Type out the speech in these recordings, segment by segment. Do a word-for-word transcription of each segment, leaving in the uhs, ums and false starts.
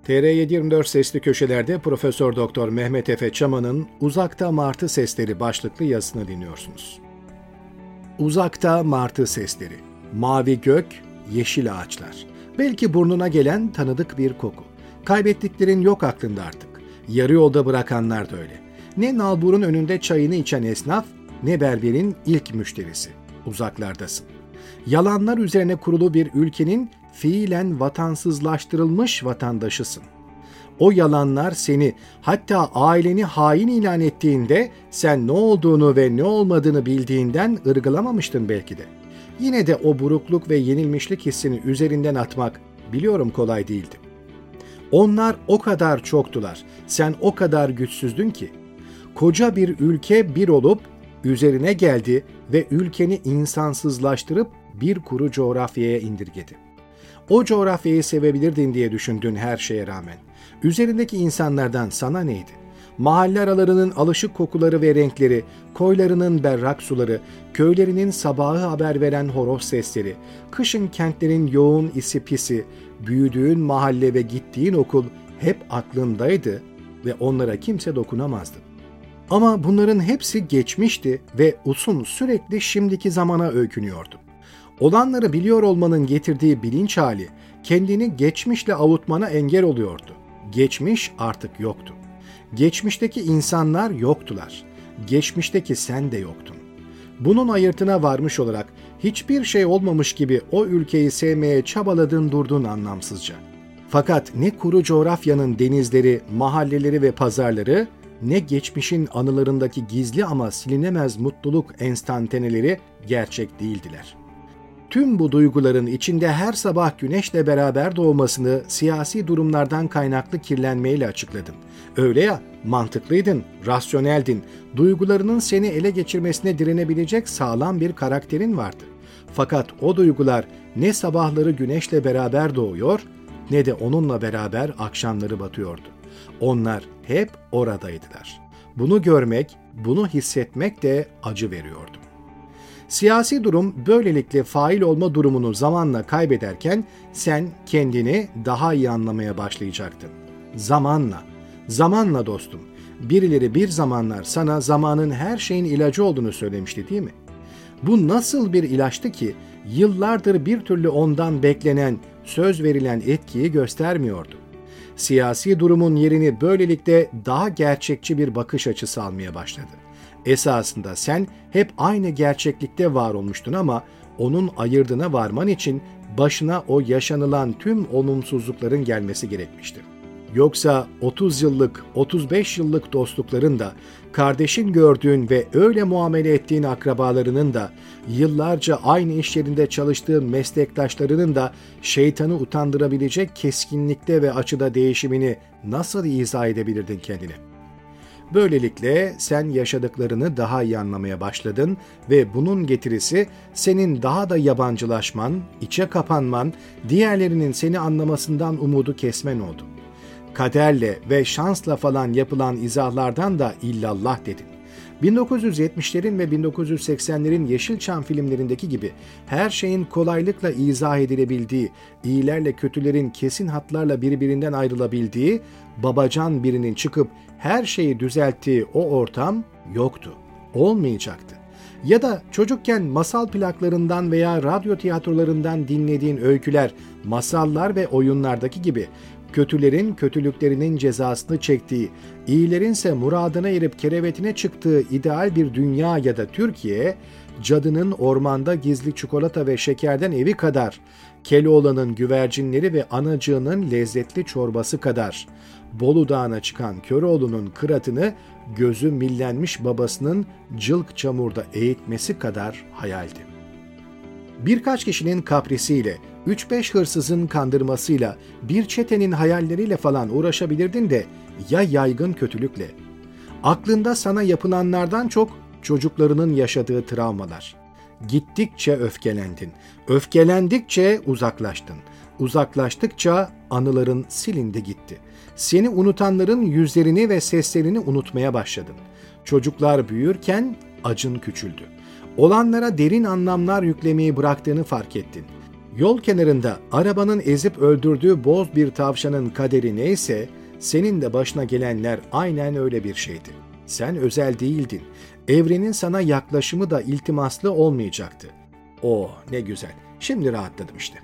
T R yedi yirmi dört Sesli Köşeler'de Profesör Doktor Mehmet Efe Çaman'ın Uzakta Martı Sesleri başlıklı yazısını dinliyorsunuz. Uzakta martı sesleri, mavi gök, yeşil ağaçlar. Belki burnuna gelen tanıdık bir koku. Kaybettiklerin yok aklında artık. Yarı yolda bırakanlar da öyle. Ne nalburun önünde çayını içen esnaf, ne berberin ilk müşterisi. Uzaklardasın. Yalanlar üzerine kurulu bir ülkenin fiilen vatansızlaştırılmış vatandaşısın. O yalanlar seni, hatta aileni hain ilan ettiğinde sen ne olduğunu ve ne olmadığını bildiğinden ırgılamamıştın belki de. Yine de o burukluk ve yenilmişlik hissini üzerinden atmak biliyorum kolay değildi. Onlar o kadar çoktular, sen o kadar güçsüzdün ki. Koca bir ülke bir olup üzerine geldi ve ülkeni insansızlaştırıp bir kuru coğrafyaya indirgedi. O coğrafyayı sevebilirdin diye düşündün her şeye rağmen. Üzerindeki insanlardan sana neydi? Mahalle aralarının alışık kokuları ve renkleri, koylarının berrak suları, köylerinin sabahı haber veren horoz sesleri, kışın kentlerin yoğun isi pisi, büyüdüğün mahalle ve gittiğin okul hep aklındaydı ve onlara kimse dokunamazdı. Ama bunların hepsi geçmişti ve Usun sürekli şimdiki zamana öykünüyordu. Olanları biliyor olmanın getirdiği bilinç hali kendini geçmişle avutmana engel oluyordu. Geçmiş artık yoktu. Geçmişteki insanlar yoktular. Geçmişteki sen de yoktun. Bunun ayırtına varmış olarak hiçbir şey olmamış gibi o ülkeyi sevmeye çabaladın durdun anlamsızca. Fakat ne kuru coğrafyanın denizleri, mahalleleri ve pazarları, ne geçmişin anılarındaki gizli ama silinemez mutluluk enstantaneleri gerçek değildiler. Tüm bu duyguların içinde her sabah güneşle beraber doğmasını siyasi durumlardan kaynaklı kirlenmeyle açıkladın. Öyle ya, mantıklıydın, rasyoneldin, duygularının seni ele geçirmesine direnebilecek sağlam bir karakterin vardı. Fakat o duygular ne sabahları güneşle beraber doğuyor, ne de onunla beraber akşamları batıyordu. Onlar hep oradaydılar. Bunu görmek, bunu hissetmek de acı veriyordu. Siyasi durum böylelikle fail olma durumunu zamanla kaybederken sen kendini daha iyi anlamaya başlayacaktın. Zamanla, zamanla dostum. Birileri bir zamanlar sana zamanın her şeyin ilacı olduğunu söylemişti değil mi? Bu nasıl bir ilaçtı ki yıllardır bir türlü ondan beklenen, söz verilen etkiyi göstermiyordu. Siyasi durumun yerini böylelikle daha gerçekçi bir bakış açısı almaya başladı. Esasında sen hep aynı gerçeklikte var olmuştun ama onun ayırdına varman için başına o yaşanılan tüm olumsuzlukların gelmesi gerekmişti. Yoksa otuz yıllık, otuz beş yıllık dostlukların da, kardeşin gördüğün ve öyle muamele ettiğin akrabalarının da, yıllarca aynı iş yerinde çalıştığın meslektaşlarının da şeytanı utandırabilecek keskinlikte ve açıda değişimini nasıl izah edebilirdin kendine? Böylelikle sen yaşadıklarını daha iyi anlamaya başladın ve bunun getirisi senin daha da yabancılaşman, içe kapanman, diğerlerinin seni anlamasından umudu kesmen oldu. Kaderle ve şansla falan yapılan izahlardan da illallah dedin. bin dokuz yüz yetmişlerin ve bin dokuz yüz seksenlerin Yeşilçam filmlerindeki gibi her şeyin kolaylıkla izah edilebildiği, iyilerle kötülerin kesin hatlarla birbirinden ayrılabildiği, babacan birinin çıkıp her şeyi düzelttiği o ortam yoktu, olmayacaktı. Ya da çocukken masal plaklarından veya radyo tiyatrolarından dinlediğin öyküler, masallar ve oyunlardaki gibi kötülerin kötülüklerinin cezasını çektiği, iyilerinse muradına erip kerevetine çıktığı ideal bir dünya ya da Türkiye, cadının ormanda gizli çikolata ve şekerden evi kadar, Keloğlan'ın güvercinleri ve anacığının lezzetli çorbası kadar, Bolu Dağı'na çıkan Köroğlu'nun kıratını gözü millenmiş babasının cılk çamurda eğitmesi kadar hayaldi. Birkaç kişinin kaprisiyle, üç beş hırsızın kandırmasıyla, bir çetenin hayalleriyle falan uğraşabilirdin de ya yaygın kötülükle. Aklında sana yapılanlardan çok çocuklarının yaşadığı travmalar. Gittikçe öfkelendin, öfkelendikçe uzaklaştın, uzaklaştıkça anıların silindi gitti. Seni unutanların yüzlerini ve seslerini unutmaya başladın. Çocuklar büyürken acın küçüldü. Olanlara derin anlamlar yüklemeyi bıraktığını fark ettin. Yol kenarında arabanın ezip öldürdüğü boz bir tavşanın kaderi neyse, senin de başına gelenler aynen öyle bir şeydi. Sen özel değildin. Evrenin sana yaklaşımı da iltimaslı olmayacaktı. Oh ne güzel. Şimdi rahatladım işte.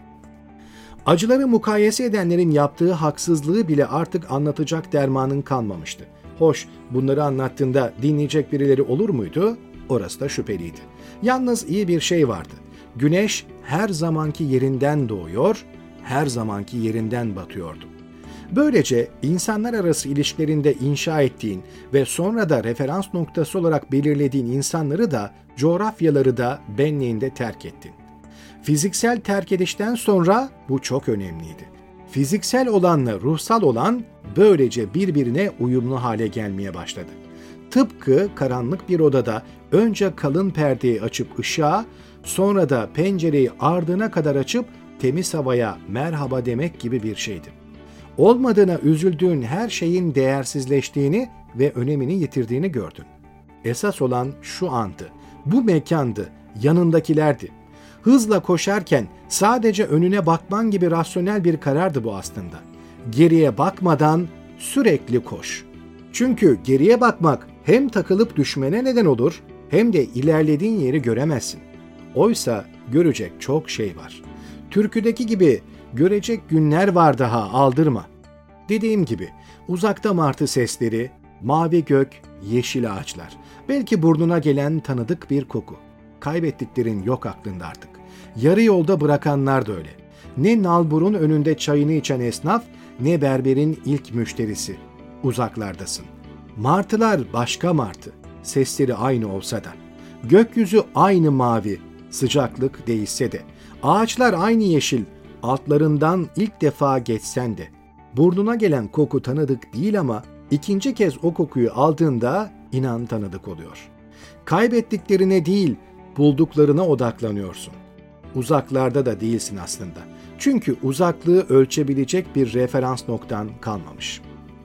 Acıları mukayese edenlerin yaptığı haksızlığı bile artık anlatacak dermanın kalmamıştı. Hoş, bunları anlattığında dinleyecek birileri olur muydu? Orası da şüpheliydi. Yalnız iyi bir şey vardı. Güneş her zamanki yerinden doğuyor, her zamanki yerinden batıyordu. Böylece insanlar arası ilişkilerinde inşa ettiğin ve sonra da referans noktası olarak belirlediğin insanları da, coğrafyaları da benliğinde terk ettin. Fiziksel terk edişten sonra bu çok önemliydi. Fiziksel olanla ruhsal olan böylece birbirine uyumlu hale gelmeye başladı. Tıpkı karanlık bir odada önce kalın perdeyi açıp ışığa, sonra da pencereyi ardına kadar açıp temiz havaya merhaba demek gibi bir şeydi. Olmadığına üzüldüğün her şeyin değersizleştiğini ve önemini yitirdiğini gördün. Esas olan şu andı, bu mekandı, yanındakilerdi. Hızla koşarken sadece önüne bakman gibi rasyonel bir karardı bu aslında. Geriye bakmadan sürekli koş. Çünkü geriye bakmak hem takılıp düşmene neden olur, hem de ilerlediğin yeri göremezsin. Oysa görecek çok şey var. Türküdeki gibi görecek günler var daha, aldırma. Dediğim gibi uzakta martı sesleri, mavi gök, yeşil ağaçlar. Belki burnuna gelen tanıdık bir koku. Kaybettiklerin yok aklında artık. Yarı yolda bırakanlar da öyle. Ne nalburun önünde çayını içen esnaf, ne berberin ilk müşterisi. Uzaklardasın. Martılar başka martı. Sesleri aynı olsa da. Gökyüzü aynı mavi. Sıcaklık değişse de. Ağaçlar aynı yeşil. Altlarından ilk defa geçsen de. Burnuna gelen koku tanıdık değil ama ikinci kez o kokuyu aldığında inan tanıdık oluyor. Kaybettiklerine değil, bulduklarına odaklanıyorsun. Uzaklarda da değilsin aslında. Çünkü uzaklığı ölçebilecek bir referans noktan kalmamış.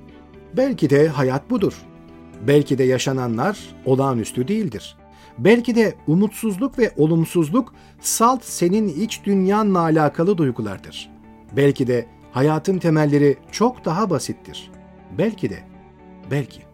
Belki de hayat budur. Belki de yaşananlar olağanüstü değildir. Belki de umutsuzluk ve olumsuzluk salt senin iç dünyanla alakalı duygulardır. Belki de hayatın temelleri çok daha basittir. Belki de, belki.